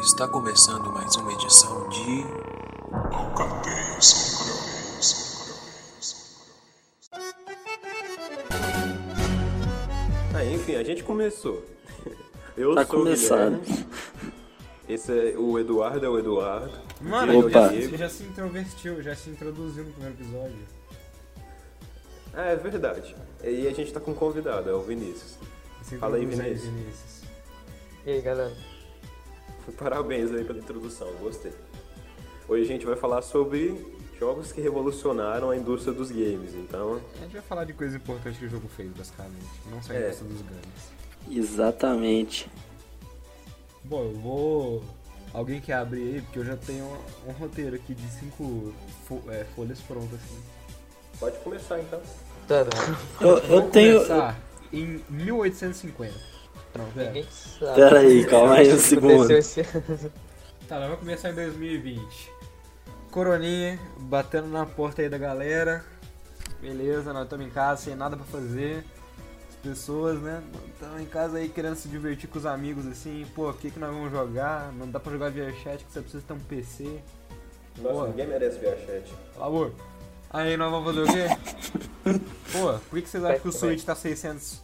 Está começando mais uma edição de Alcateias Sacrais. Enfim, a gente começou. Eu Tá sou começado. o Guilherme. Esse é o Eduardo, Mano, Diego Opa. é o Diego. você já se introvertiu, já se introduziu no primeiro episódio. É verdade. E a gente tá com um convidado, é o Vinícius. Se Fala aí, introduz Vinícius. E aí, galera? Parabéns aí pela introdução, gostei. Hoje a gente vai falar sobre jogos que revolucionaram a indústria dos games, então... A gente vai falar de coisas importantes que o jogo fez, basicamente. Não só a É. indústria dos games. Exatamente. Bom, eu vou... Alguém quer abrir aí, porque eu já tenho um roteiro aqui de 5 folhas prontas, assim. Pode começar então. Tá, Eu Vou tenho. começar em 1850. Não, pera. ninguém sabe. Pera aí, calma aí um Isso segundo. aconteceu esse- Tá, nós vamos começar em 2020. Coroninha, batendo na porta aí da galera. Beleza, nós estamos em casa sem nada pra fazer. As pessoas, né, estão em casa aí querendo se divertir com os amigos, assim. Pô, o que nós vamos jogar? Não dá pra jogar via chat, que você precisa ter um PC. Nossa, Pô. ninguém merece ver a chat. Pelo amor. Aí nós vamos fazer o quê? Pô, por que vocês acham que o Switch tá $600?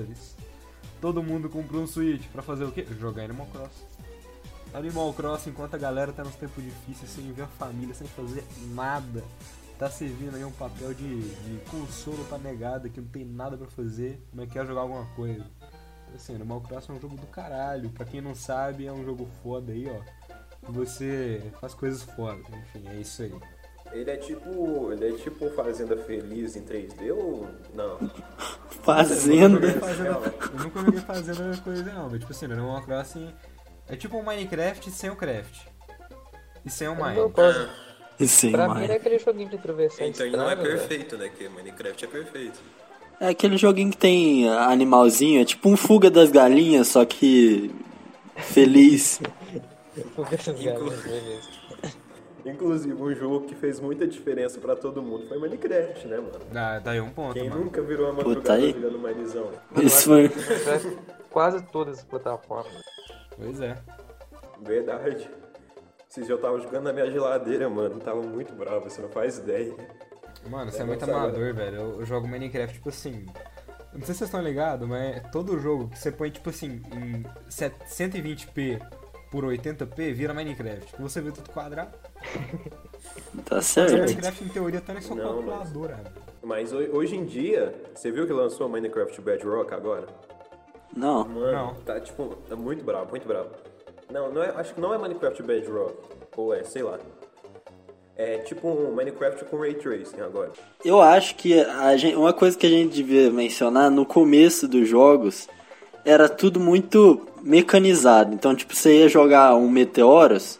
Todo mundo comprou um Switch pra fazer o quê? Jogar Animal Crossing. Animal Crossing, enquanto a galera tá nos tempos difíceis, sem ver a família, sem fazer nada, tá servindo aí um papel de consolo pra negada que não tem nada pra fazer, mas quer jogar alguma coisa. Assim, Animal Crossing é um jogo do caralho. Pra quem não sabe, é um jogo foda aí, ó. Que você faz coisas foda. Enfim, é isso aí. Ele é tipo Fazenda Feliz em 3D ou não? Fazenda. Eu nunca joguei fazendo coisa não, mas tipo assim, Animal Crossing é tipo um Minecraft sem o craft. E sem o Eu mine. não posso. Sim, Pra mim mãe. era aquele joguinho de atravessar Então estrada, não é velho. perfeito, né? Que Minecraft é perfeito. É aquele joguinho que tem animalzinho, é tipo um Fuga das Galinhas, só que feliz. Fuga das galinhas, beleza. Inclusive, um jogo que fez muita diferença pra todo mundo foi Minecraft, né, mano? Dá aí um ponto, Quem mano. nunca virou uma Puta, madrugada aí. jogando Minezão? Isso foi. Quase todas as plataformas. Pois é. Verdade. Esses dias eu tava jogando na minha geladeira, mano. Tava muito bravo, você não faz ideia. Mano, você é É, muito mas sabe, amador, velho. Eu jogo Minecraft, tipo assim... Eu não sei se vocês estão ligados, mas é todo jogo que você põe, tipo assim, em 120p por 80p, vira Minecraft. Que você vê tudo quadrado. Tá Mas certo. Minecraft, em teoria, tá na sua Não, calculadora, velho. Mas hoje em dia, você viu que lançou Minecraft Bedrock agora? Não. Mano, Não. tá tipo, tá muito bravo, muito bravo. Não é, acho que não é Minecraft Bedrock. Ou é, sei lá. É tipo um Minecraft com Ray Tracing agora. Eu acho que uma coisa que a gente devia mencionar no começo dos jogos era tudo muito mecanizado. Então, tipo, você ia jogar um Meteoros,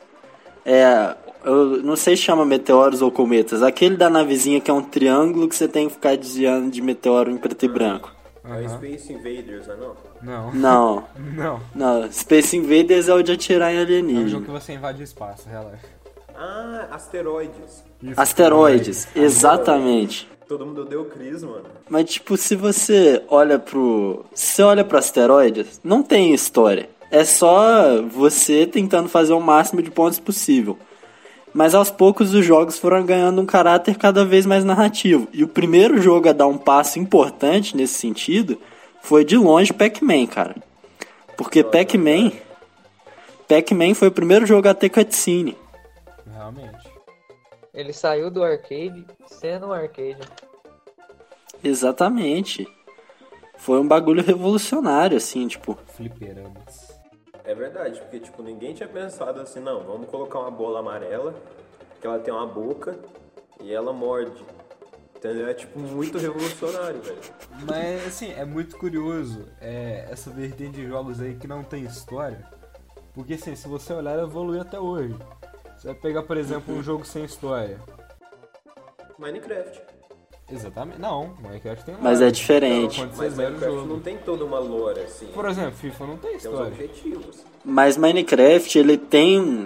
eu não sei se chama Meteoros ou Cometas, aquele da navezinha que é um triângulo que você tem que ficar desviando de meteoro em preto e branco. É Space Invaders, não é não? Não. Não, Não. não. Space Invaders é o de atirar em É um jogo alienígena. que você invade o espaço, relaxa. Ah, Asteroides. Isso, Asteroides, exatamente. Todo mundo deu Cris, mano. Mas, tipo, se você olha pro asteroides, não tem história. É só você tentando fazer o máximo de pontos possível. Mas aos poucos os jogos foram ganhando um caráter cada vez mais narrativo. E o primeiro jogo a dar um passo importante nesse sentido foi de longe Pac-Man, cara. Porque Pac-Man foi o primeiro jogo a ter cutscene. Realmente. Ele saiu do arcade sendo um arcade. Exatamente. Foi um bagulho revolucionário, assim, tipo... Fliperamas. É verdade, porque tipo, ninguém tinha pensado assim, não, vamos colocar uma bola amarela, que ela tem uma boca e ela morde. Entendeu? É tipo muito revolucionário, velho. Mas, assim, é muito curioso essa vertente de jogos aí que não tem história. Porque, assim, se você olhar, evoluiu até hoje. Você vai pegar, por exemplo, um jogo sem história. Minecraft. Exatamente. Não, Minecraft tem Mas lore. é diferente. Quando você Mas zera o Minecraft jogo. não tem toda uma lore assim. Por exemplo, FIFA não tem Tem uns história. objetivos. Mas Minecraft, ele tem...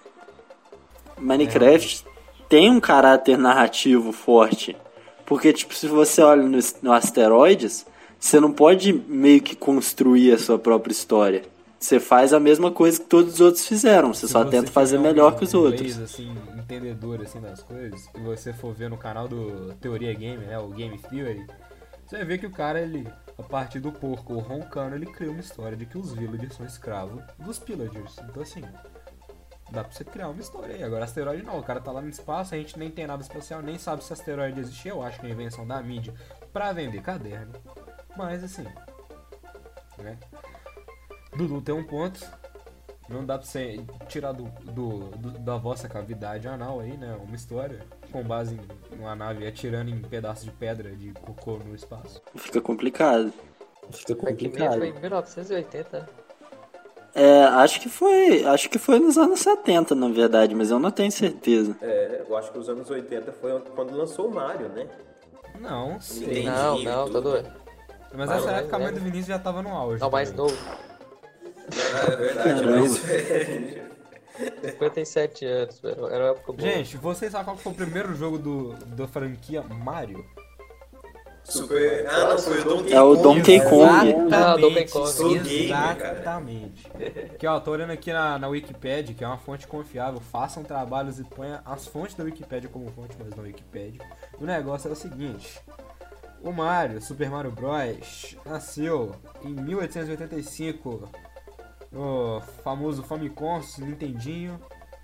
Minecraft tem um caráter narrativo forte. Porque, tipo, se você olha no Asteroides, você não pode meio que construir a sua própria história. Você faz a mesma coisa que todos os outros fizeram, você Se só você tenta fazer tiver melhor que os inglês, outros. assim, entendedor assim das coisas, e você for ver no canal do Teoria Game, né, o Game Theory, você vai ver que o cara, ele, a partir do porco roncando, ele cria uma história de que os villagers são escravos dos pillagers. Então assim, dá pra você criar uma história aí. Agora asteroide não, o cara tá lá no espaço, a gente nem tem nada espacial, nem sabe se asteroide existia. Eu acho que é uma invenção da mídia pra vender caderno. Mas assim, né? Dudu tem um ponto. Não dá pra você tirar da vossa cavidade anal aí, né? Uma história com base em uma nave atirando em pedaços de pedra de cocô no espaço. Fica complicado. Pac-Man foi em 1980. Acho que foi nos anos 70, na verdade, mas eu não tenho certeza. Eu acho que os anos 80 foi quando lançou o Mario, né? Não, sei. Não, tá doido. Mas nessa época a mãe do Vinícius já tava no auge. Não, mais também. novo. É verdade, mas... 57 anos, velho. Era uma época boa. Gente, vocês sabem qual que foi o primeiro jogo da franquia Mario? Super... Ah, não, foi o Donkey Kong. É o Donkey Kong. Ah, Donkey Kong. Sou gamer, cara. Exatamente. Aqui, ó, tô olhando aqui na Wikipedia, que é uma fonte confiável. Façam trabalhos e ponham as fontes da Wikipedia como fonte, mas na Wikipedia. O negócio é o seguinte. O Mario, Super Mario Bros, nasceu em 1885 no famoso Famicom, Nintendinho.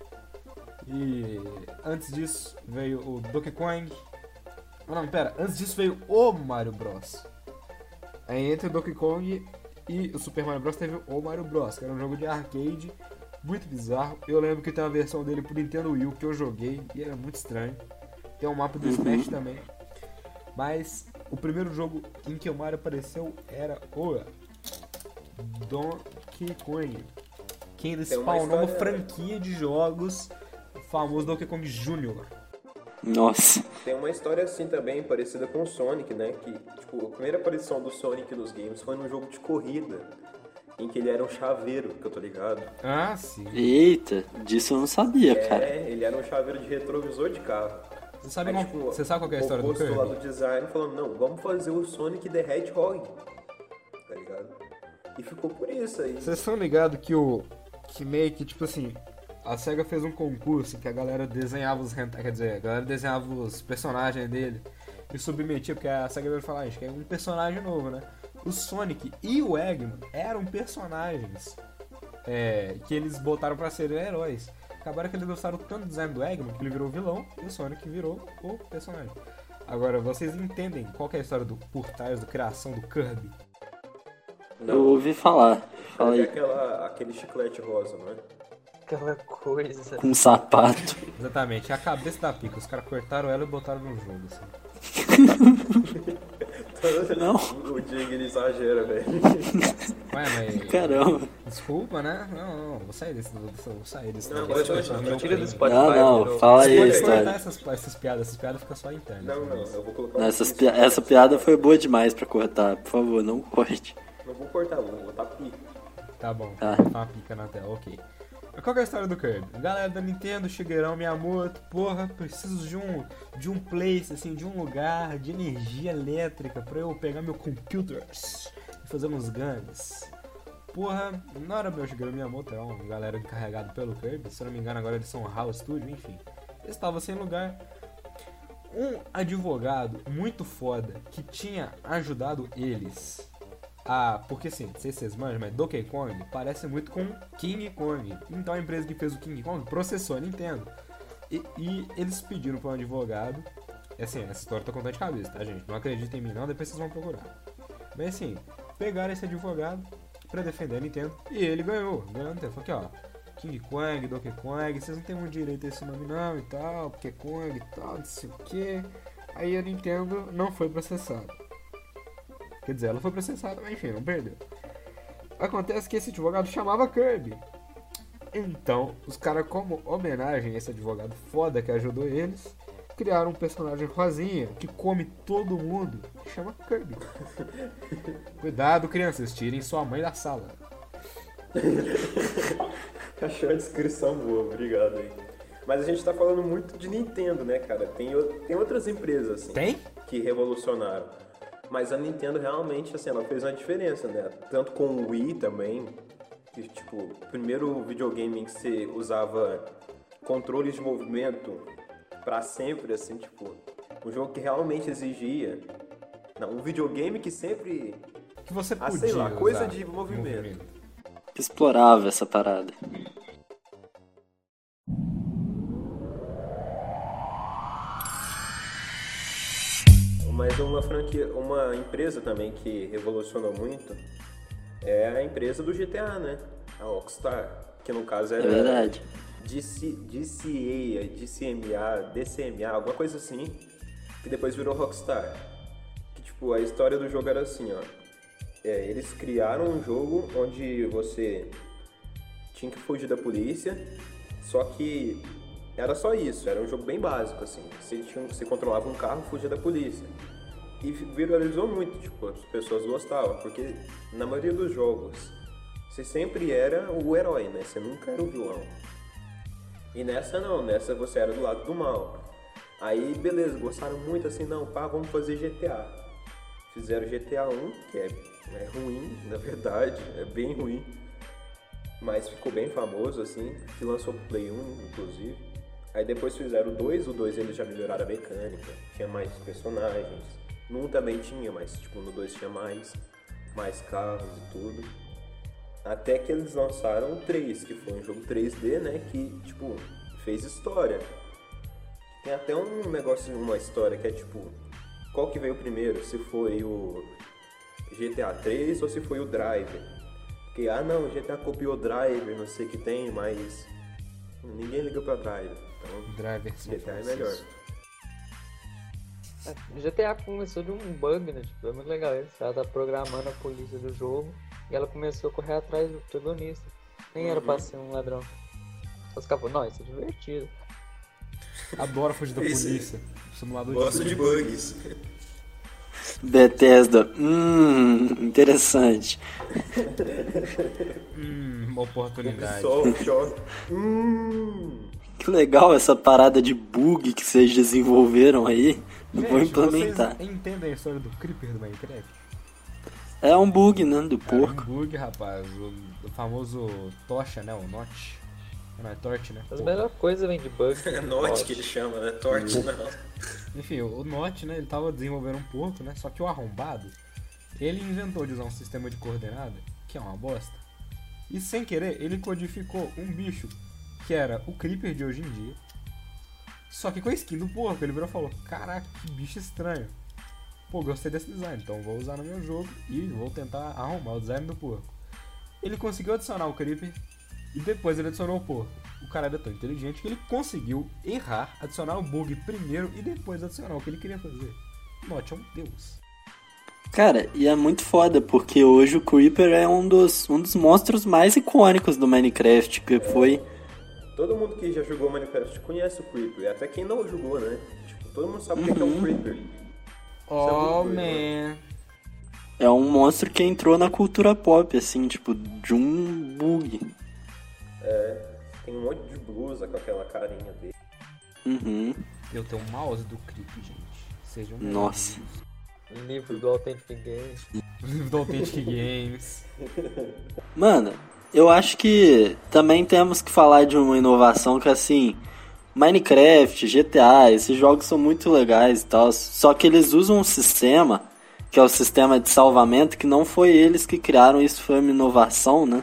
E antes disso veio o Donkey Kong. Não, pera, antes disso veio o Mario Bros. Aí entre o Donkey Kong e o Super Mario Bros teve o Mario Bros, que era um jogo de arcade muito bizarro. Eu lembro que tem uma versão dele pro Nintendo Wii que eu joguei e era muito estranho. Tem um mapa do Smash também. Mas o primeiro jogo em que o Mario apareceu era o Donkey Kong, que ainda spawnou uma franquia de jogos, o famoso Donkey Kong Jr. Nossa. Tem uma história assim também, parecida com o Sonic, né? Que, tipo, a primeira aparição do Sonic nos games foi num jogo de corrida, em que ele era um chaveiro, que eu tô ligado. Ah, sim. Eita, disso eu não sabia, cara. Ele era um chaveiro de retrovisor de carro. Você sabe, Aí, você sabe qual que é a história do O oposto lá Kirby? do design falando, não, vamos fazer o Sonic the Hedgehog, tá ligado? E ficou por isso aí. Vocês estão ligados que meio que, tipo assim, a SEGA fez um concurso que a galera desenhava a galera desenhava os personagens dele e submetia, porque a SEGA veio falar, a gente quer um personagem novo, né? O Sonic e o Eggman eram personagens que eles botaram pra serem heróis. Acabaram que eles gostaram tanto do design do Eggman que ele virou vilão e o Sonic virou o personagem. Agora, vocês entendem qual que é a história por trás da criação do Kirby? Eu ouvi falar. Fala É aí. aquele chiclete rosa, não é? Aquela coisa. Com um sapato. Exatamente, é a cabeça da pica. Os caras cortaram ela e botaram no jogo, assim. Não. O Diego, ele exagera, velho. Ué, mas... Caramba. Desculpa, né? Não, vou sair desse Não, negócio. mas eu Tira do Spotify. Não, virou. fala aí a Pode cortar história. essas piadas ficam só internas. Não, mas- eu vou colocar um Essa piada foi boa demais pra cortar. Por favor, não corte. Não vou cortar, vou botar pi. Tá bom, Tá. uma pica na tela, ok. Qual que é a história do Kirby? Galera da Nintendo, Shigeru Miyamoto, porra, preciso de um place, assim, de um lugar de energia elétrica pra eu pegar meu computers e fazer uns games. Porra, não era meu Shigeru Miyamoto, era uma galera encarregada pelo Kirby, se eu não me engano agora eles são HAL Studio, enfim. Eles estavam sem lugar. Um advogado muito foda que tinha ajudado eles porque assim, não sei se vocês manjam, mas Donkey Kong parece muito com King Kong. Então a empresa que fez o King Kong processou a Nintendo. E eles pediram para um advogado. Assim, essa história eu tô contando de cabeça, tá, gente? Não acreditem em mim não, depois vocês vão procurar. Mas assim, pegaram esse advogado pra defender a Nintendo e ele ganhou. Ganhou a Nintendo. Falou aqui, ó, King Kong, Donkey Kong, vocês não tem muito direito a esse nome não e tal, porque Kong e tal, não sei o que. Aí a Nintendo não foi processada. Quer dizer, ela foi processada, mas enfim, não perdeu. Acontece que esse advogado chamava Kirby. Então, os caras, como homenagem a esse advogado foda que ajudou eles, criaram um personagem rosinha que come todo mundo, que chama Kirby. Cuidado, crianças, tirem sua mãe da sala. Achei a descrição boa, obrigado aí. Mas a gente tá falando muito de Nintendo, né, cara? Tem outras empresas, assim, Tem? que revolucionaram. Mas a Nintendo realmente, assim, ela fez uma diferença, né? Tanto com o Wii também. que, tipo, o primeiro videogame em que você usava controles de movimento pra sempre, assim, tipo, um jogo que realmente exigia. Não, um videogame que sempre. Que você podia sei lá, coisa usar de movimento. Que explorava essa parada. Mas uma empresa também que revolucionou muito é a empresa do GTA, né? A Rockstar, que no caso era É verdade. DCMA, alguma coisa assim, que depois virou Rockstar. Que tipo, a história do jogo era assim, ó. Eles criaram um jogo onde você tinha que fugir da polícia, só que era só isso, era um jogo bem básico, assim. Você controlava um carro e fugia da polícia. E viralizou muito, tipo, as pessoas gostavam, porque na maioria dos jogos você sempre era o herói, né? Você nunca era o vilão. E nessa não, nessa você era do lado do mal. Aí, beleza, gostaram muito assim, não, pá, vamos fazer GTA. Fizeram GTA 1, que é ruim, na verdade, é bem ruim. Mas ficou bem famoso, assim, que lançou pro Play 1, inclusive. Aí depois fizeram o 2 eles já melhoraram a mecânica, tinha mais personagens. No 1 também tinha, mas tipo, no 2 tinha mais carros e tudo. Até que eles lançaram o 3, que foi um jogo 3D, né, que, tipo, fez história. Tem até um negócio, uma história que é tipo, qual que veio primeiro? Se foi o GTA 3 ou se foi o Driver? Porque, não, o GTA copiou o Driver, não sei o que tem, mas ninguém liga pra Driver. Então, Driver GTA é melhor. GTA começou de um bug, né? Tipo, é muito legal isso. Ela tá programando a polícia do jogo e ela começou a correr atrás do protagonista. Nem era pra ser um ladrão. Os caras falaram, não, isso é divertido. Adoro fugir da Isso. polícia. Simulador Gosto de bugs. Bethesda, interessante. Uma oportunidade. Choque. Que legal essa parada de bug que vocês desenvolveram aí. Vou Gente, implementar. Vocês entendem a história do Creeper do Minecraft? É um bug, né? Do É um porco. bug, rapaz. O famoso Tocha, né? O Notch. Não é Torch, né? As melhores coisas vêm de bug. É Note que ele chama, né? Torte não. Enfim, o Notch, né? Ele tava desenvolvendo um porco, né? Só que o arrombado, ele inventou de usar um sistema de coordenada, que é uma bosta. E sem querer, ele codificou um bicho que era o Creeper de hoje em dia. Só que com a skin do porco, ele virou e falou, caraca, que bicho estranho. Pô, gostei desse design, então vou usar no meu jogo e vou tentar arrumar o design do porco. Ele conseguiu adicionar o Creeper e depois ele adicionou o porco. O cara era tão inteligente que ele conseguiu errar, adicionar o bug primeiro e depois adicionar o que ele queria fazer. Note, é um deus. Cara, e é muito foda, porque hoje o Creeper é um dos monstros mais icônicos do Minecraft, que foi... Todo mundo que já jogou Minecraft conhece o Creeper, até quem não jogou, né? Tipo, todo mundo sabe o que é um Creeper. Oh, muito man. É um monstro que entrou na cultura pop, assim, tipo, de um bug. Tem um monte de blusa com aquela carinha dele. Uhum. Eu tenho um mouse do Creep, gente. Sejam Nossa. Livro do Authentic Games. Livro do Authentic Games. Mano, eu acho que também temos que falar de uma inovação que, assim, Minecraft, GTA, esses jogos são muito legais e tal, só que eles usam um sistema, que é o sistema de salvamento, que não foi eles que criaram, isso foi uma inovação, né?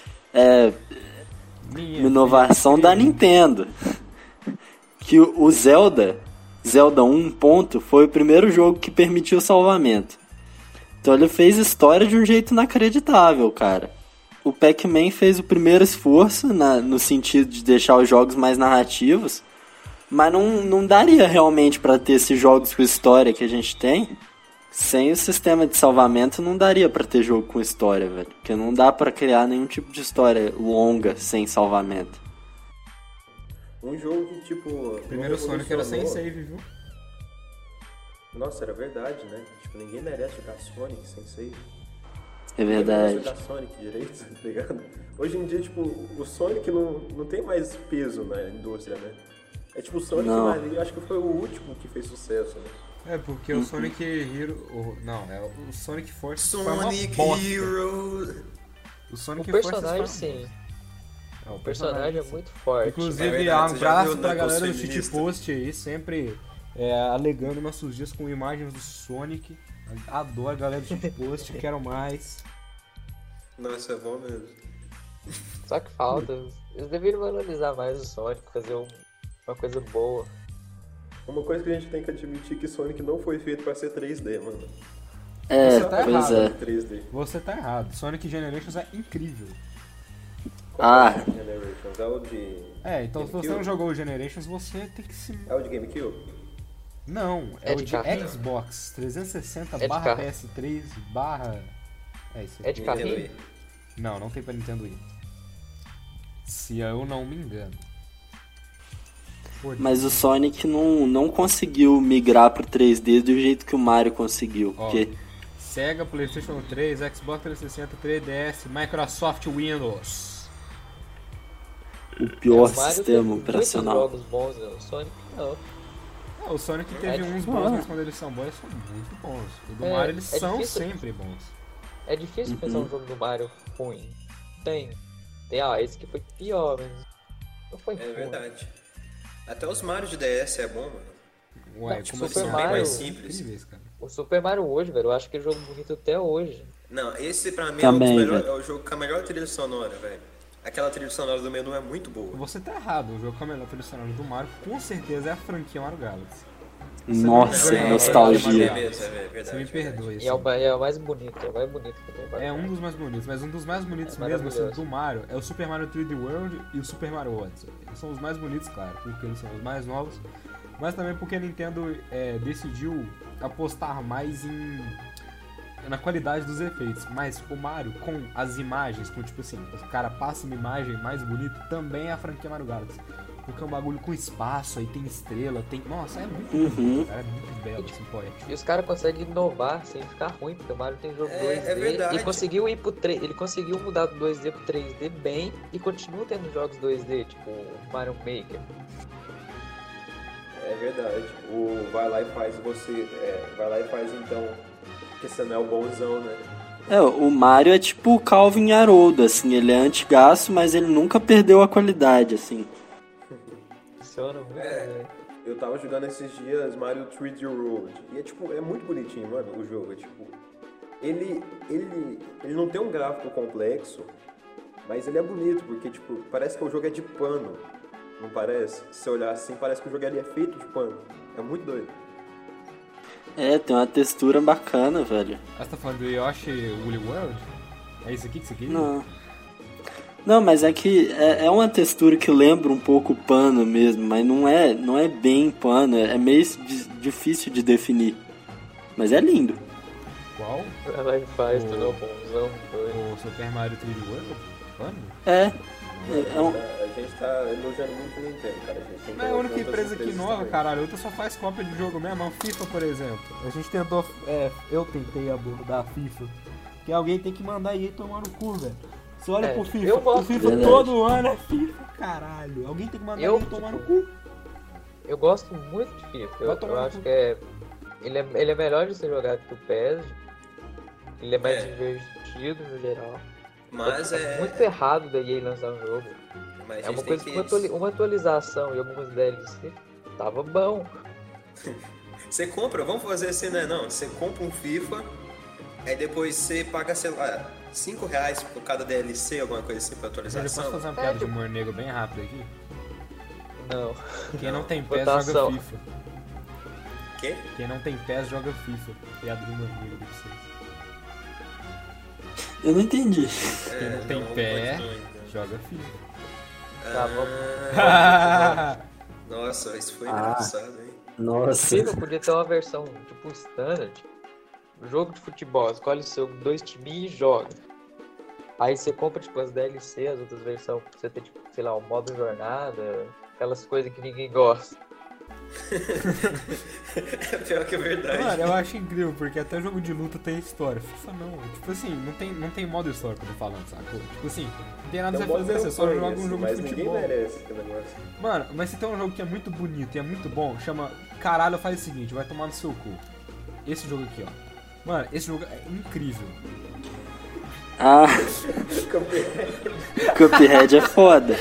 Uma inovação da Nintendo. Que o Zelda 1 ponto, foi o primeiro jogo que permitiu salvamento. Então ele fez história de um jeito inacreditável, cara. O Pac-Man fez o primeiro esforço no sentido de deixar os jogos mais narrativos, mas não daria realmente pra ter esses jogos com história que a gente tem. Sem o sistema de salvamento não daria pra ter jogo com história, velho. Porque não dá pra criar nenhum tipo de história longa sem salvamento. Um jogo que, tipo... O primeiro Sonic era sem revolucionou. save, viu? Nossa, era verdade, né? Tipo, ninguém merece jogar Sonic sem save. É Ninguém verdade. merece jogar Sonic direito, tá ligado? Hoje em dia, tipo, o Sonic não tem mais peso na indústria, né? É tipo, o Sonic Não. ali, acho que foi o último que fez sucesso, né? É, porque o Sonic Hero... Não, é o Sonic Force foi uma Sonic bosta. Hero. O Sonic O Forces personagem, foi- sim. É, O personagem é muito forte. Inclusive, É verdade, um você já abraço viu o pra Knuckles galera do feminista? shitpost aí, sempre alegando nossos dias com imagens do Sonic. Adoro a galera do shitpost, quero mais. Nossa, é bom mesmo. Só que falta. Eles deveriam valorizar mais o Sonic, fazer uma coisa boa. Uma coisa que a gente tem que admitir que Sonic não foi feito pra ser 3D, mano. É, Você tá pois errado. é. 3D. Você tá errado, Sonic Generations é incrível. Ah. Generations é o de... Então se você não jogou o Generations, você tem que se... É o de GameCube? Não, é É o de de carrinho? Xbox 360 É de barra carro. PS3 barra... É isso aí. É de Nintendo carrinho? Wii. Não tem pra Nintendo Wii. Se eu não me engano. Pô, Mas o Sonic não conseguiu migrar pro 3D do jeito que o Mario conseguiu. Ó. Porque Sega, PlayStation 3, Xbox 360, 3DS, Microsoft Windows. o pior O Mario sistema teve operacional. muitos jogos bons, né? O Sonic não. O Sonic teve uns bons, mas quando eles são bons, eles são muito bons. O do Mario, eles são difícil. sempre bons. É difícil pensar um jogo do Mario ruim. Tem, esse que foi pior, mas não foi É ruim. verdade. Até os Mario de DS é bom, mano. Ué, Não, como Super assim? Mario- mais simples. Incríveis, cara. O Super Mario hoje, velho, eu acho que é jogo bonito até hoje. Não, esse pra mim Também, é, velho. é o jogo com a melhor trilha sonora, velho. Aquela trilha sonora do menu é muito boa. Você tá errado, o jogo com a melhor trilha sonora do Mario com certeza é a franquia Mario Galaxy. Nossa, É, nostalgia. É mesmo, é verdade. Você me perdoe. E é o mais bonito, que tem. É um dos mais bonitos, mas um dos mais bonitos É mesmo, assim, maravilhoso. do Mario, é o Super Mario 3D World e o Super Mario Odyssey. Eles são os mais bonitos, claro, porque eles são os mais novos, mas também porque a Nintendo decidiu apostar mais na qualidade dos efeitos. Mas o Mario, com as imagens, com tipo assim, o cara passa uma imagem mais bonita, também é a franquia Mario Galaxy. Porque é um bagulho com espaço, aí tem estrela, tem... Nossa, é muito bonito, cara, é muito belo, assim, poético. E os caras conseguem inovar sem ficar ruim, porque o Mario tem jogo É 2D. verdade. E conseguiu ir pro 3D. Ele conseguiu mudar do 2D pro 3D bem e continua tendo jogos 2D, tipo o Mario Maker. É verdade. O vai lá e faz você... vai lá e faz então... Porque você não é o bonzão, né? O Mario é tipo o Calvin Haroldo, assim, ele é antigaço, mas ele nunca perdeu a qualidade, assim. Funciona muito bem. Eu tava jogando esses dias Mario 3D World. E é tipo, é muito bonitinho, mano, o jogo. É tipo. Ele não tem um gráfico complexo, mas ele é bonito, porque tipo, parece que o jogo é de pano. Não parece? Se você olhar assim, parece que o jogo ali é feito de pano. É muito doido. Tem uma textura bacana, velho. Ah, você tá falando do Yoshi Woolly World? É isso aqui que você queria? Não, mas é que é uma textura que lembra um pouco pano mesmo, mas não é bem pano, é meio difícil de definir. Mas é lindo. Qual? Vai lá e faz, O- tudo bonzão, doido. O Super Mario 3D World? Mano? A gente tá elogiando muito o Nintendo, cara. A gente tem que Não é a única elogiar outras empresa que empresas inova, também. caralho. A outra só faz cópia de jogo mesmo. A FIFA, por exemplo. A gente tentou. Eu tentei abordar a FIFA. Que alguém tem que mandar aí tomar no cu, velho. Você olha pro FIFA. eu gosto. O FIFA Verdade. todo ano é FIFA, caralho. Alguém tem que mandar Eu, aí tomar no cu. Eu gosto muito de FIFA. Vai tomar Eu no acho cu. que ele é melhor de ser jogado que o PES. Ele é mais divertido no geral. Mas Muito errado da EA lançar um jogo. Mas a É gente uma tem coisa que... que uma atualização e algumas DLC tava bom. Você compra, vamos fazer assim, né? Não, você compra um FIFA, aí depois você paga, sei lá, R$5 por cada DLC, alguma coisa assim pra Eu posso atualização. fazer uma piada de humor negro bem rápido aqui? Não. Quem não tem PES joga Votação. FIFA. Quê? Quem não tem PES joga FIFA. Piada de humor negro pra vocês. Eu não entendi. Quem não tem pé, joga FIFA. Tá bom. Nossa, isso foi engraçado, hein? Nossa. FIFA podia ter uma versão tipo standard. Jogo de futebol, escolhe os seus 2 times e joga. Aí você compra tipo as DLC, as outras versões, pra você ter tipo, sei lá, o modo jornada, aquelas coisas que ninguém gosta. Pior que é verdade. Mano, eu acho incrível, porque até jogo de luta tem história. FIFA não. Tipo assim, não tem modo história que eu tô falando, sacou? Tipo assim, não tem nada a Então, você fazer, bota você só campanha, joga um assim, jogo mas de ninguém futebol. merece esse negócio. Mano, mas se tem um jogo que é muito bonito e é muito bom, chama Caralho, faz o seguinte, vai tomar no seu cu. Esse jogo aqui, ó. Mano, esse jogo é incrível. Ah, Cuphead é foda.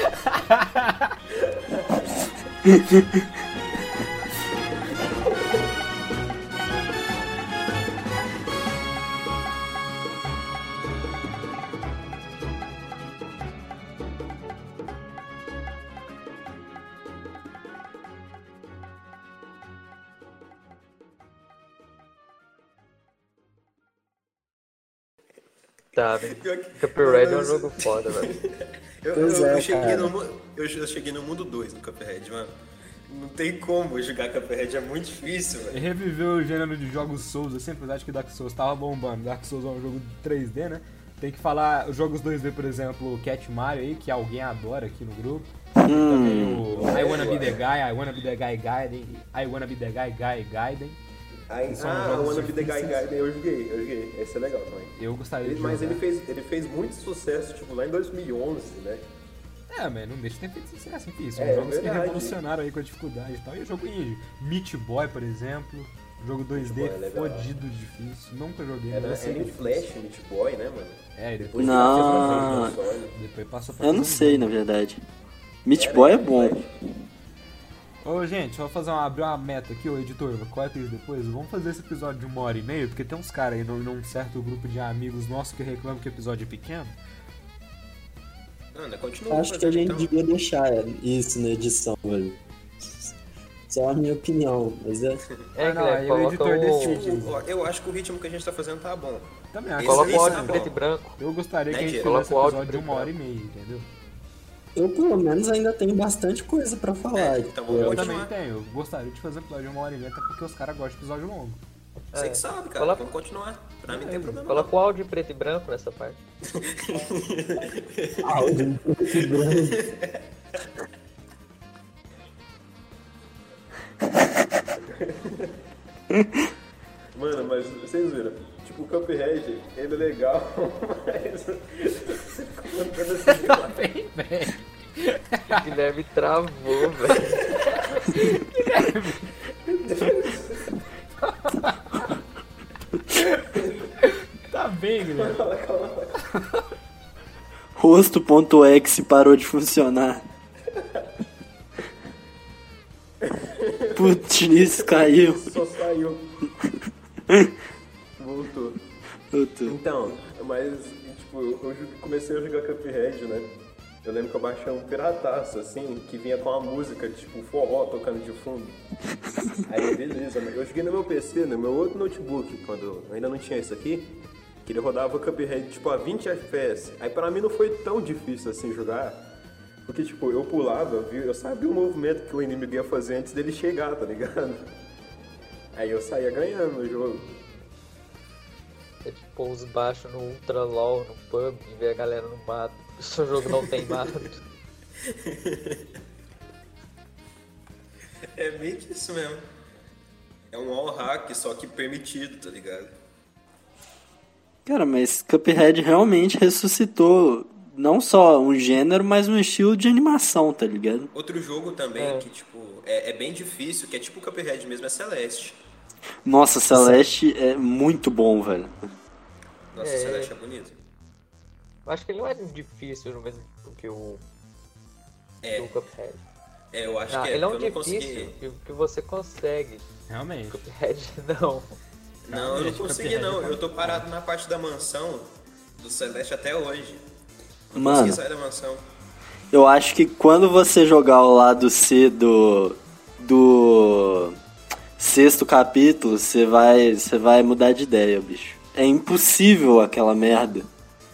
Tá, né? Pior que- Cuphead é um Mas- jogo foda, velho. Eu cheguei eu cheguei no mundo 2 do Cuphead, mano. Não tem como jogar Cuphead, é muito difícil, E velho. reviveu o gênero de jogos Souls, assim, apesar de que Dark Souls tava bombando. Dark Souls é um jogo 3D, né? Tem que falar os jogos 2D, por exemplo, o Cat Mario aí, que alguém adora aqui no grupo. Também o I Wanna Be The Guy, I Wanna Be The Guy Gaiden, I Wanna Be The Guy Gaiden. Aí, São o jogos Wanna Be The Guy difíceis. Guy, eu joguei. Esse é legal também. Eu gostaria de Mas jogar. ele fez muito sucesso, tipo, lá em 2011, né? É, mas não deixa de ter feito sucesso, enfim. São É, jogos que verdade. revolucionaram aí com a dificuldade e tal. E o jogo indie. Meat Boy, por exemplo. Jogo 2D Boy é legal. fodido, difícil. Nunca joguei, Era mas eu sei em que é Flash, Meat Boy, né, mano? É, e depois, Não. depois passou pra Eu não todo sei, mundo. na verdade. Meat Boy é bom. Ô, gente, só fazer abrir uma meta aqui, ô editor, corta isso depois. Vamos fazer esse episódio de 1h30, porque tem uns caras aí num certo grupo de amigos nossos que reclamam que o episódio é pequeno. Ana, continua Acho que a fazendo, gente então. devia deixar isso na edição, velho. Só a minha opinião, mas é. É, não, Guilherme, aí o coloca editor o... decide. Ó, eu acho que o ritmo que a gente tá fazendo tá bom. Também acho. Coloca o Esse áudio tá em bom. preto e branco. Eu gostaria que a gente Né, fizesse Coloca o áudio episódio de pra 1h30, entendeu? Eu, pelo menos, ainda tenho bastante coisa pra falar. Então tipo, vamos Eu continuar. também tenho. Eu gostaria de fazer episódio de 1h30, até porque os caras gostam de episódio longo. Você que sabe, cara. Coloca- Vamos continuar. Pra mim não tem problema. Coloca o áudio em preto e branco nessa parte. áudio em preto e branco. Mano, mas vocês viram? Tipo, o Cuphead, ele é legal, mas... Você fica contando assim, Bem, velho. O Guilherme travou, velho. Tá bem, Guilherme. Rosto.exe parou de funcionar. Putz, caiu. só saiu. Voltou. Puta. Então, mas, tipo, eu comecei a jogar Cuphead, né? Eu lembro que eu baixei um pirataço, assim, que vinha com uma música, tipo, forró tocando de fundo. Aí, beleza, eu joguei no meu PC, no meu outro notebook, quando eu ainda não tinha isso aqui, que ele rodava Cuphead, tipo, a 20 FPS. Aí pra mim não foi tão difícil, assim, jogar, porque, tipo, eu pulava, eu sabia o movimento que o inimigo ia fazer antes dele chegar, tá ligado? Aí eu saía ganhando no jogo. É tipo os baixos no Ultra LOL, no pub, e ver a galera no mato. O seu jogo não tem mato. É meio que isso mesmo. É um all hack, só que permitido, tá ligado? Cara, mas Cuphead realmente ressuscitou não só um gênero, mas um estilo de animação, tá ligado? Outro jogo também que, tipo, é bem difícil, que é tipo o Cuphead mesmo, é Celeste. Nossa, Celeste é muito bom, velho. Nossa, Celeste é bonito. Eu acho que ele não é difícil no mesmo que o Cuphead. É, eu acho Ah, que é, ele é um porque eu não difícil consegui. que você consegue. Realmente. Cuphead não. Não, eu não Realmente, consegui Cuphead não. é Eu tô parado na parte da mansão do Celeste até hoje. Não Mano. consegui sair da mansão. Eu acho que quando você jogar o lado C do sexto capítulo, você vai mudar de ideia, bicho. É impossível aquela merda.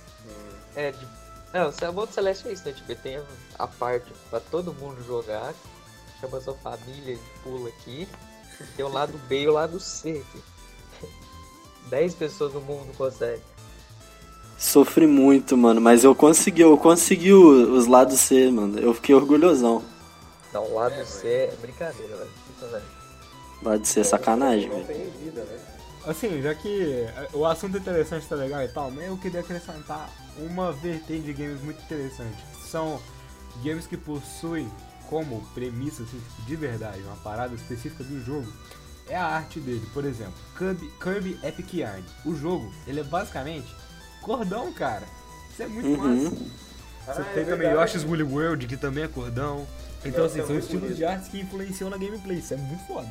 Não, o modo Celeste é isso, né? Tipo, tem a parte pra todo mundo jogar, chama sua família e pula aqui. Tem o lado B e o lado C. Aqui. 10 pessoas no mundo conseguem. Sofri muito, mano, mas eu consegui os lados C, mano. Eu fiquei orgulhosão. Não, o lado C é brincadeira, velho. Isso, velho. Lado C é sacanagem, Não velho. tem vida, né? Assim, já que o assunto é interessante, tá legal e tal, mas eu queria acrescentar uma vertente de games muito interessante. São games que possuem como premissa, assim, tipo, de verdade, uma parada específica do jogo, é a arte dele. Por exemplo, Kirby Epic Yarn. O jogo, ele é basicamente cordão, cara. Isso é muito massa. Você tem também Yoshi's Woolly World, que também é cordão. Então, Nossa, assim, é são muito estilos bonito. de arte que influenciam na gameplay. Isso é muito foda.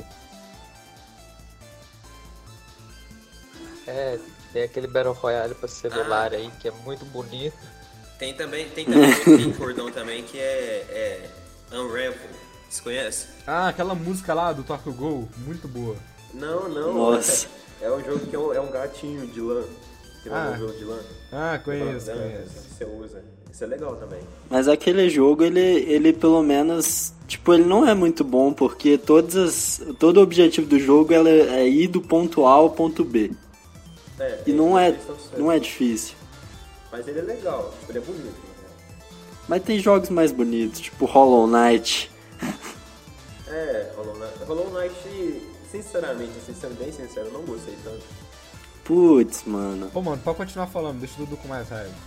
Tem aquele Battle Royale pra celular aí, que é muito bonito. Tem também tem cordão também que é Unravel. Você conhece? Ah, aquela música lá do Tokyo Ghoul, muito boa. Não. Nossa. É um jogo que é um gatinho de lã. Que é um modelo de lã. Ah, conheço. Que você usa. Isso é legal também. Mas aquele jogo, ele pelo menos... Tipo, ele não é muito bom, porque todo o objetivo do jogo é ir do ponto A ao ponto B. E não é difícil. Mas ele é legal, tipo, ele é bonito. Né? Mas tem jogos mais bonitos, tipo Hollow Knight. Hollow Knight, sinceramente, assim, sendo bem sincero, eu não gostei tanto. Putz, mano. Pô, mano, pode continuar falando, deixa o Dudu com mais raiva.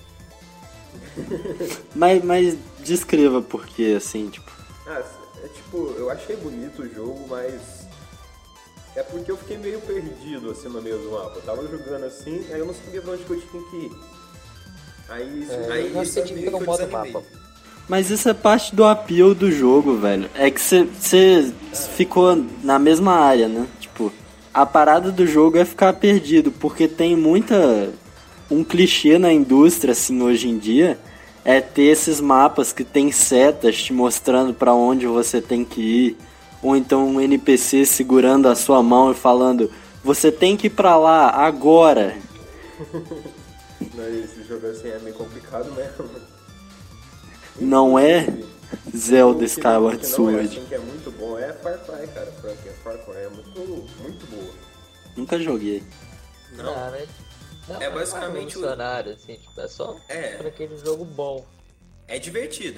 Mas descreva por quê, assim, tipo... Eu achei bonito o jogo, mas... É porque eu fiquei meio perdido, assim, no meio do mapa. Eu tava jogando assim, aí eu não sabia pra onde que eu tinha que ir. Aí Não isso sei meio que não que eu modo desanimei. mapa. Mas isso é parte do appeal do jogo, velho. É que você ficou na mesma área, né? Tipo, a parada do jogo é ficar perdido, porque tem um clichê na indústria, assim, hoje em dia, é ter esses mapas que tem setas te mostrando pra onde você tem que ir, ou então um NPC segurando a sua mão e falando, você tem que ir pra lá, agora. Mas esse jogo assim é meio complicado mesmo. Não é Zelda O que Skyward não é Sword. assim, que é muito bom é Far Cry, cara. Far Cry é muito boa. Nunca joguei. Não. Não, É basicamente não é revolucionário, assim, tipo, é só pra aquele jogo bom. É divertido.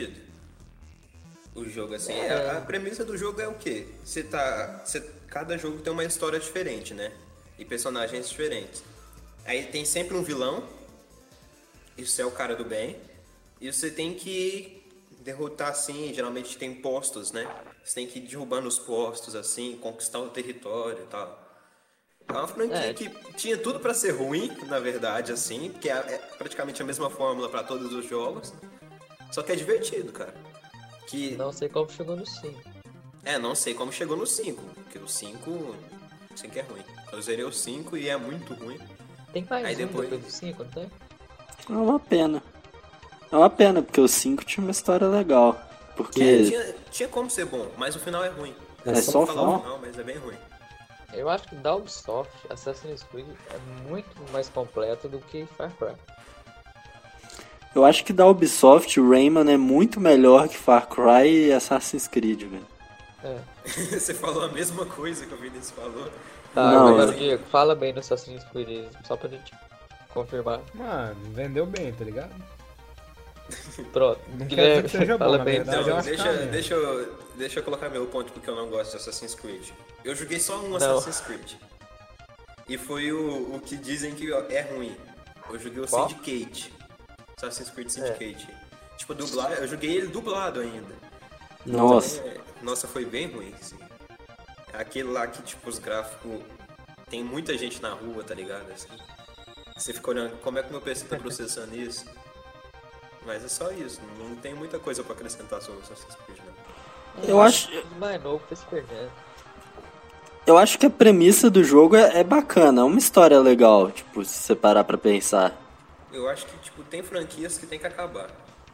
O jogo, assim, a premissa do jogo é o quê? Cada jogo tem uma história diferente, né? E personagens diferentes. Aí tem sempre um vilão, isso é o cara do bem, e você tem que derrotar, assim, geralmente tem postos, né? Você tem que ir derrubando os postos, assim, conquistar o território e tal. É uma franquia que tinha tudo pra ser ruim, na verdade, assim, porque é praticamente a mesma fórmula pra todos os jogos, só que é divertido, cara. Não sei como chegou no 5. Não sei como chegou no 5, porque o 5 é ruim. Eu zerei o 5 e é muito ruim. Tem mais Aí um depois do 5, não tem? É uma pena. É uma pena, porque o 5 tinha uma história legal. Porque... Tinha como ser bom, mas o final é ruim. É Não só vou falar final? o final, mas é bem ruim. Eu acho que da Ubisoft, Assassin's Creed é muito mais completo do que Far Cry. Eu acho que da Ubisoft, o Rayman é muito melhor que Far Cry e Assassin's Creed, velho. Você falou a mesma coisa que o Vinícius falou. Tá, Não, agora, Diego, fala bem do Assassin's Creed, só pra gente confirmar. Mano, vendeu bem, tá ligado? Pronto, Não quer dizer Guilherme, que seja bom, fala na bem. verdade. Então, eu acho que é. deixa eu colocar meu ponto porque eu não gosto de Assassin's Creed. Eu joguei só um Não. Assassin's Creed. E foi o que dizem que é ruim. Eu joguei o Qual? Syndicate. Assassin's Creed Syndicate. Tipo, dublado, eu joguei ele dublado ainda. Nossa. Nossa, foi bem ruim, assim. Aquele lá que, tipo, os gráficos... Tem muita gente na rua, tá ligado? Assim. Você fica olhando, como é que o meu PC tá processando isso? Mas é só isso, não tem muita coisa pra acrescentar sobre o Assassin's Creed, não. Eu acho... Mais novo foi se perdendo. Eu acho que a premissa do jogo é bacana, é uma história legal, tipo, se você parar pra pensar. Eu acho que, tipo, tem franquias que tem que acabar.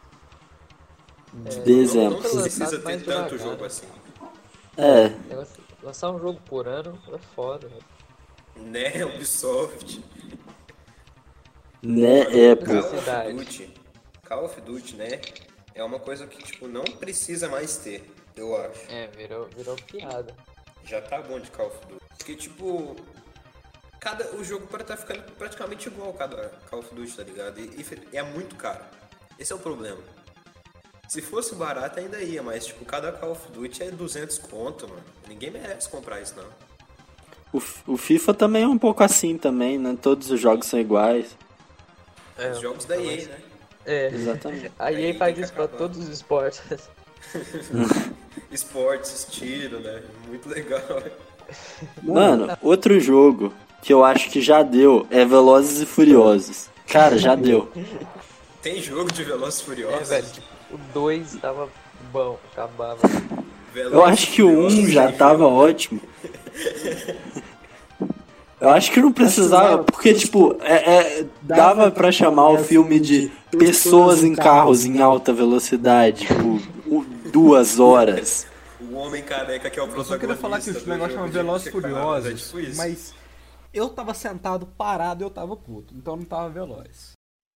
De exemplo. Não precisa Lançado ter mais tanto devagar. jogo assim. É, Lançar um jogo por ano é foda, né? Né, Ubisoft, né, Call pô. of Call of Duty, né? É uma coisa que, tipo, não precisa mais ter, eu acho. Virou piada. Já tá bom de Call of Duty. Porque, tipo, o jogo pode estar ficando praticamente igual cada Call of Duty, tá ligado? E é muito caro. Esse é o problema. Se fosse barato ainda ia, mas, tipo, cada Call of Duty é 200 conto, mano. Ninguém merece comprar isso, não. O FIFA também é um pouco assim também, né? Todos os jogos são iguais. Os jogos da EA, né? Exatamente. A Aí EA tem faz que isso pra acabar. todos os esportes. Esportes, tiro, né? Muito legal. Mano, outro jogo que eu acho que já deu é Velozes e Furiosos. Cara, já deu. Tem jogo de Velozes e Furiosos? velho, tipo, o 2 tava bom, acabava. Eu acho que o 1 já tava ótimo. Eu acho que não precisava, porque, tipo, dava pra chamar o filme de pessoas em carros em alta velocidade, tipo, 2 horas. O homem careca que é o Eu protagonista. só queria falar que o negócio chama Velozes e Furiosos, tipo isso. mas eu tava sentado parado e eu tava puto, então não tava veloz.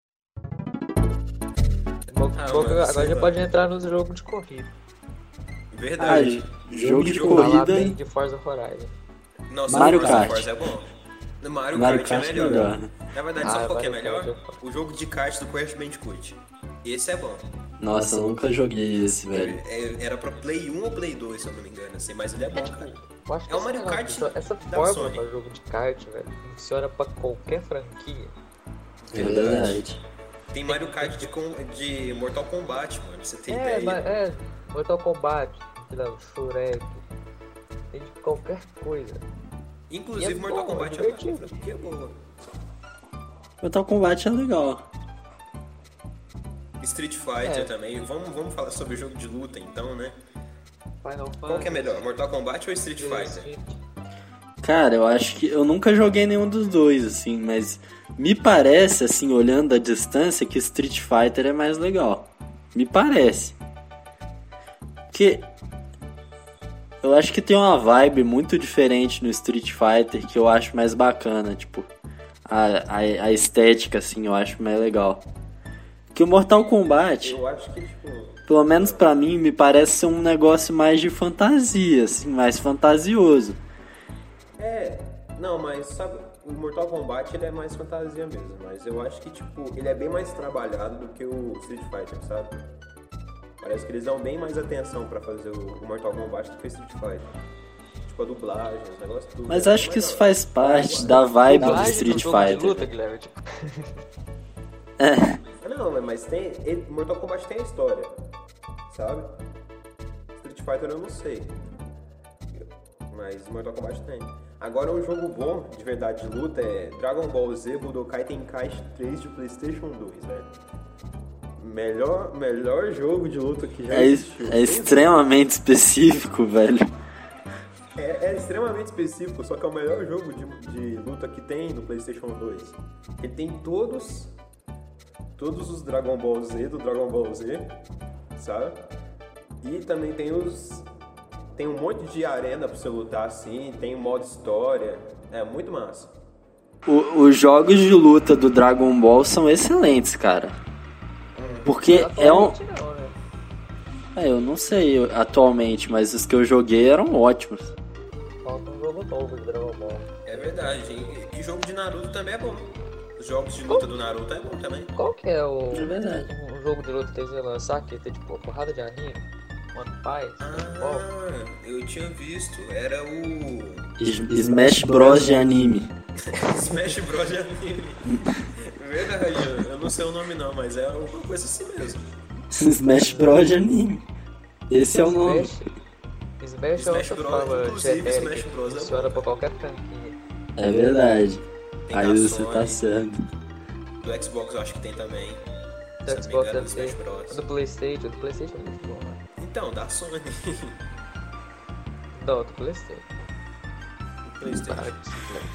Agora já pode entrar nos jogos de corrida. Verdade. Jogo de Falar corrida. bem de Forza Horizon. Nossa, Mario Forza Kart. Forza é bom. No Mario Mario Kart é Kart é melhor. melhor. Na verdade, sabe qual que é Mario melhor? Kart é foda. O jogo de kart do Crash Bandicoot. Esse é bom. Nossa, eu nunca joguei esse, velho. Era pra Play 1 ou Play 2, se eu não me engano, assim, mas ele é bom, cara. Eu acho que É o Mario sei lá, Kart essa da forma Sony. pra jogo de kart, velho, funciona pra qualquer franquia. É verdade. Tem Mario Kart de Mortal Kombat, mano, pra você ter ideia. Mortal Kombat, sei lá, Shurek, tem de qualquer coisa. Inclusive, E é Mortal bom, Kombat é é uma divertido. franquia boa. Mortal Kombat é legal. Street Fighter É. também. Vamos falar sobre o jogo de luta, então, né? Final Qual que é melhor, Mortal Kombat ou Street Fighter? Fighter? Cara, eu acho que eu nunca joguei nenhum dos dois, assim, mas me parece, assim, olhando a distância, que Street Fighter é mais legal. Me parece. Porque eu acho que tem uma vibe muito diferente no Street Fighter que eu acho mais bacana, tipo, a estética, assim, eu acho mais legal. Que o Mortal Kombat, Eu acho que, tipo... pelo menos pra mim, me parece ser um negócio mais de fantasia, assim, mais fantasioso. Não, mas sabe, o Mortal Kombat ele é mais fantasia mesmo, mas eu acho que, tipo, ele é bem mais trabalhado do que o Street Fighter, sabe? Parece que eles dão bem mais atenção pra fazer o Mortal Kombat do que o Street Fighter. Tipo, a dublagem, os negócios tudo. Mas acho que isso faz parte da vibe do Dublagem Street no jogo de Fighter. luta, Guilherme, tipo, Não, mas tem... Mortal Kombat tem a história, sabe? Street Fighter eu não sei. Mas Mortal Kombat tem. Agora um jogo bom, de verdade, de luta é Dragon Ball Z Budokai Tenkaichi 3 de PlayStation 2, velho. Melhor jogo de luta que já existiu. É extremamente específico, velho. É extremamente específico, só que é o melhor jogo de luta que tem no PlayStation 2. Ele tem todos os Dragon Ball Z do Dragon Ball Z, sabe? E também tem um monte de arena pra você lutar assim, tem um modo história, é muito massa. Os jogos de luta do Dragon Ball são excelentes, cara. Porque é um... atualmente não, né? eu não sei atualmente, mas os que eu joguei eram ótimos. Falta um jogo novo de Dragon Ball. É verdade, e jogo de Naruto também é bom. Os jogos de luta do Naruto é bom também. Qual que é o É verdade. um jogo de luta que eles iam lançar que tem tipo uma porrada de anime? One Piece, Ball? Eu tinha visto, era o Smash Bros de anime. Smash Bros de anime. Verdade, eu não sei o nome não, mas é alguma coisa assim mesmo. Smash Bros de anime. Esse é o nome. Smash Smash é outra Bros, forma inclusive, genérica Smash que Bros é funciona bom. pra qualquer franquia. É verdade. Tem Aí da você Sony. tá certo. Do Xbox eu acho que tem também. Do Se eu não me Xbox engano, deve Smash ter. Bros. Do PlayStation é muito bom, né? Então, da Sony. Não, do PlayStation. PlayStation. Para com isso, né?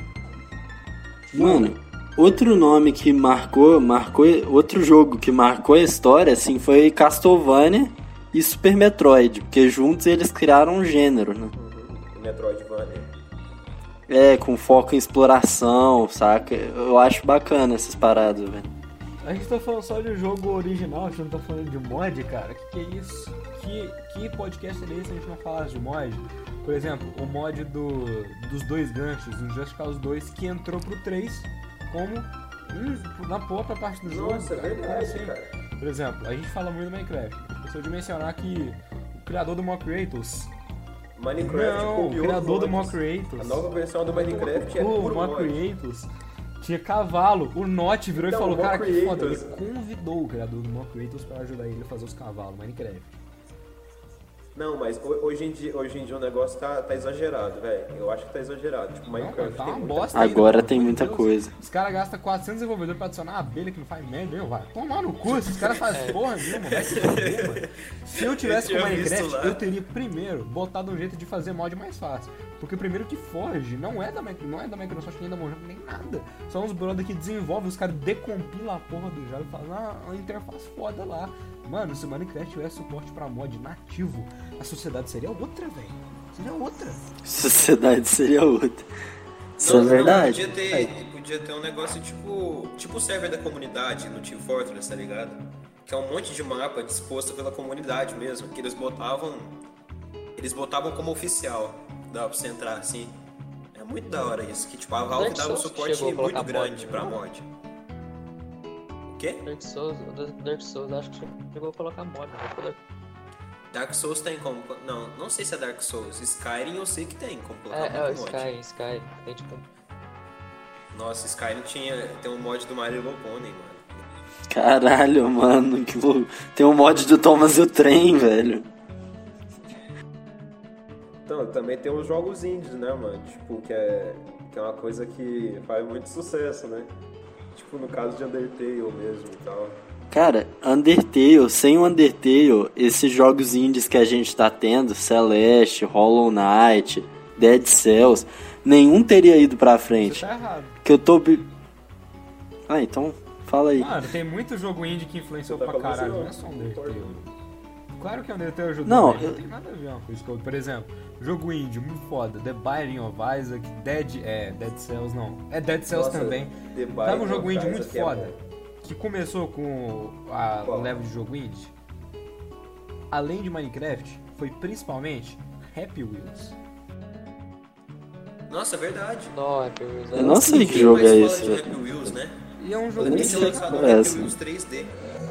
Mano, outro nome que marcou, outro jogo que marcou a história, assim, foi Castlevania e Super Metroid, porque juntos eles criaram um gênero, né? Metroidvania. Com foco em exploração, saca? Eu acho bacana essas paradas, velho. A gente tá falando só de jogo original, a gente não tá falando de mod, cara. Que é isso? Que podcast seria esse se a gente não falasse de mod? Por exemplo, o mod dos dois ganchos, do Just Cause 2, que entrou pro 3 como na própria parte do jogo. Nossa, é verdade, Assim, cara. por exemplo, a gente fala muito do Minecraft. Eu preciso de mencionar que o criador do Mock Kratos. Minecraft Não, o copiou criador do os Mock mods. Kratos. A nova versão do Minecraft é O puro Mock mod. Kratos tinha cavalo. O Notch virou Então, e falou, o Mock cara, que foda. Ele Kratos- convidou o criador do Mock Kratos pra ajudar ele a fazer os cavalos Minecraft. Não, mas hoje em dia o negócio tá exagerado, velho. Eu acho que tá exagerado. Tipo, Minecraft Tá tem uma muita bosta Agora ainda, tem pelo amor de muita Deus. coisa. Os caras gastam 400 desenvolvedores pra adicionar uma abelha que não faz merda, eu vai. Tomar no cu, esses caras fazem porra nenhuma, vai se fuder, mano. Se eu tivesse Eu com tinha visto Minecraft, lá. eu teria primeiro botado um jeito de fazer mod mais fácil. Porque primeiro que Forge não é da Microsoft nem da Mojang, nem nada. São os brother que desenvolvem, os caras decompilam a porra do jogo e falam, uma interface foda lá. Mano, se o Minecraft tivesse suporte pra mod nativo, a sociedade seria outra, velho. Seria outra. Sociedade seria outra. Isso é Não, verdade. podia ter um negócio tipo o server da comunidade no Team Fortress, tá ligado? Que é um monte de mapa disposto pela comunidade mesmo, que eles botavam como oficial. Dá pra você entrar assim. É muito da hora isso, que tipo, a Valve Dark dava um Souls suporte chegou a muito colocar grande mod, pra não? mod. O quê? Dark Souls acho que chegou a colocar mod, né? Dark Souls tem como... Não sei se é Dark Souls. Skyrim eu sei que tem como colocar É o muito mod. Sky. Tem tipo. Nossa, Skyrim tem um mod do Mario Pony, mano. Caralho, mano, que louco. Tem um mod do Thomas e o Trem, velho. Então, também tem os jogos indies, né, mano? Tipo, que é uma coisa que faz muito sucesso, né? Tipo, no caso de Undertale mesmo e tal. Cara, Undertale, sem o Undertale, esses jogos indies que a gente tá tendo, Celeste, Hollow Knight, Dead Cells, nenhum teria ido pra Você frente. tá errado. Que eu tô... Ah, então, fala aí. Mano, tem muito jogo indie que influenciou Você tá pra falando caralho, assim, não é só Undertale. Claro que Undertale ajudou, Não, mas não tem nada a ver uma coisa com outra. Por exemplo, jogo indie, muito foda, The Binding of Isaac, Dead Cells não. É Dead Cells Nossa, também. The Sabe um Binding jogo of indie muito Isaac é foda? bom. Que começou com a Qual? leva de jogo indie? Além de Minecraft, foi principalmente Happy Wheels. Nossa, é verdade. Não, Eu não sei que Ninguém jogo mais é fala esse, de velho. Happy Wheels, né? E é um jogo Eu nem Tem indie que sei lançar que no porra é Happy essa. Wheels 3D.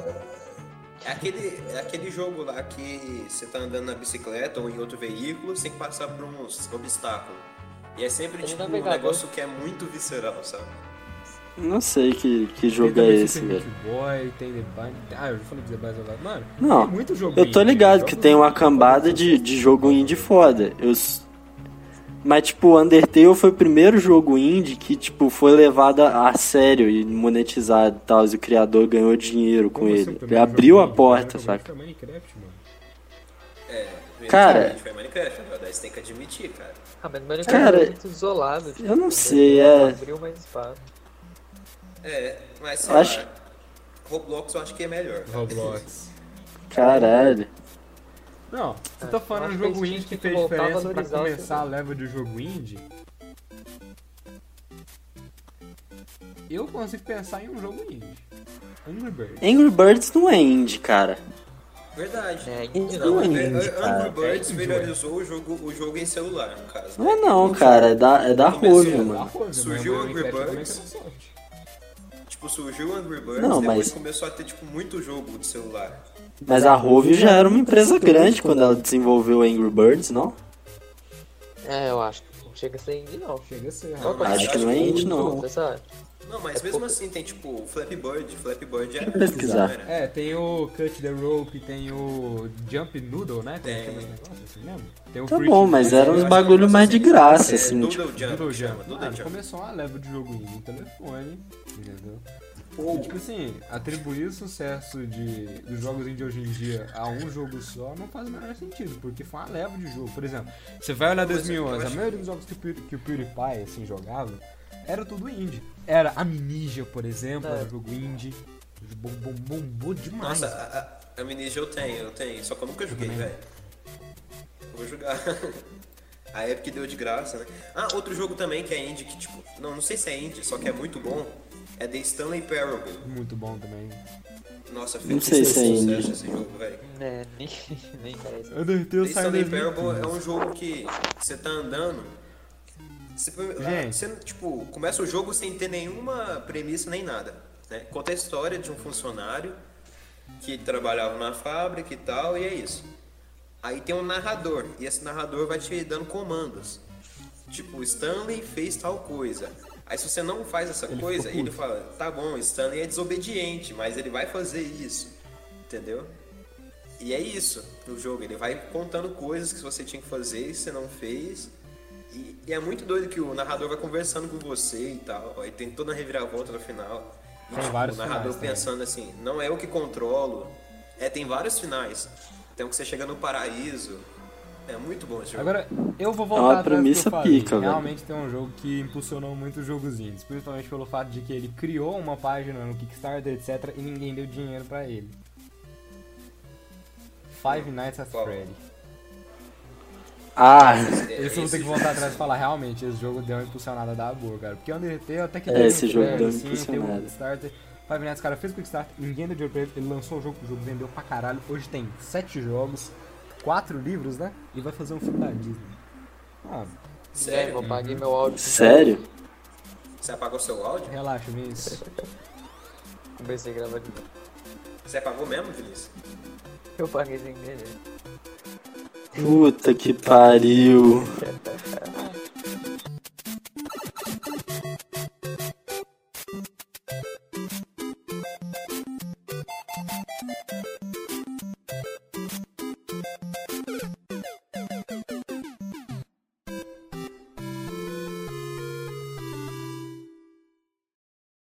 É aquele jogo lá que você tá andando na bicicleta ou em outro veículo sem passar por uns obstáculos. E é sempre Tem tipo um navegador. negócio que é muito visceral, sabe? Não sei que Tem jogo é também esse, Super velho. Meat Boy, tem The Binding... Ah, eu já falei de The Binding of Isaac. Mano, Não, tem muito jogo eu tô indie, ligado jogos que tem uma indie cambada foda. de jogo indie foda. Mas, tipo, Undertale foi o primeiro jogo indie que, tipo, foi levado a sério e monetizado e tal. E o criador ganhou dinheiro com Como assim, o ele. Ele primeiro abriu jogo a indie? porta, O primeiro saca? jogo indie foi Minecraft, mano. Cara- A gente foi Minecraft, na verdade, você tem que admitir, cara. Ah, mas Minecraft Cara, é muito isolado. Tipo, eu não sei, Abriu mais espaço. Mas sei Eu lá, acho- Roblox eu acho que é melhor. Roblox. Caralho. Não, você tá eu falando acho de que a jogo Steam indie que tinha que fez voltar a diferença pra valorizar o começar a seu- leva de jogo indie. Eu consigo pensar em um jogo indie. Angry Birds. Angry Birds não é indie, cara. Verdade. É, indie Não é não. indie, cara. Angry Birds viralizou o jogo em celular, no caso. Não é não, cara. É da Começou Rove, lá. mano. Surgiu o Angry Minecraft da Birds. Microsoft. Tipo, surgiu o Angry Birds, Não, depois mas- começou a ter, tipo, muito jogo de celular. Mas a Rove já era uma empresa grande quando ela desenvolveu Angry Birds, não? É, eu acho. Não chega a ser indie, não. Chega a ser. Não, mas Acho que não é indie, não. Você sabe? Não, mas mesmo assim tem, tipo, Flappy Bird. Flappy Bird era pesquisar. não era? É, tem o Cut the Rope, tem o Jump Noodle, né? Como é que Tem. chama esse negócio assim mesmo? Tem o Tá Free bom, Cheese, mas né? era Eu uns acho bagulho que mais de graça, é, assim, Doodle tipo. Jump, Doodle chama, Jump. Doodle Mano, Jump. começou uma leva de jogo indie no telefone, entendeu? Ou, E, tipo assim, atribuir o sucesso dos jogos indie hoje em dia a um jogo só não faz o menor sentido, porque foi uma leva de jogo. Por exemplo, você vai olhar Mas 2011, eu a acho maioria dos jogos que o PewDiePie, assim, jogava, era tudo indie. Era Amnesia, por exemplo, era um jogo indie. Bombou demais. nossa, a Amnesia eu tenho. Só que eu nunca joguei, também. velho. Eu vou jogar. A Epic deu de graça, né? Ah, outro jogo também que é indie, que tipo... Não sei se é indie, só que é muito bom. É The Stanley Parable. Muito bom também. Nossa, Não fez sei se é indie. sucesso esse jogo, velho. É, nem parece. Undertale The saiu em Stanley 2015. Parable é um jogo que você tá andando... Gente. Você, tipo, começa o jogo sem ter nenhuma premissa nem nada, né? Conta a história de um funcionário que trabalhava na fábrica e tal, e é isso. Aí tem um narrador, e esse narrador vai te dando comandos. Tipo, Stanley fez tal coisa. Aí se você não faz essa coisa, ficou ele fala, tá bom, Stanley é desobediente, mas ele vai fazer isso. Entendeu? E é isso, o jogo. Ele vai contando coisas que você tinha que fazer e você não fez. E é muito doido que o narrador vai conversando com você e tal. Aí tem toda a reviravolta no final. E, Tem tipo, vários o narrador finais pensando assim, não é eu que controlo. Tem vários finais. Tem um que você chega no paraíso. É muito bom esse jogo. Agora, eu vou É voltar uma atrás do que premissa eu falei. pica, velho. Realmente tem um jogo que impulsionou muito os jogos indies, principalmente pelo fato de que ele criou uma página no Kickstarter, etc, e ninguém deu dinheiro pra ele. Five Nights at Qual? Freddy. Ah, Esse eu vou ter que voltar atrás e falar, realmente, esse jogo deu uma impulsionada da boa, cara. Porque Undertale até que esse jogo grande, deu uma assim, tem impulsionada. o Kickstarter. Five Nights, cara, fez o Kickstarter, ninguém deu dinheiro pra ele, ele lançou o jogo vendeu pra caralho. Hoje tem 7 jogos, 4 livros, né? E vai fazer um filme da Disney. Ah, Sério? Eu paguei meu áudio. sério? Você apagou seu áudio? relaxa, Vinícius. Comecei a gravar de novo. Você apagou mesmo, Vinícius? Eu paguei sem querer. Puta que pariu.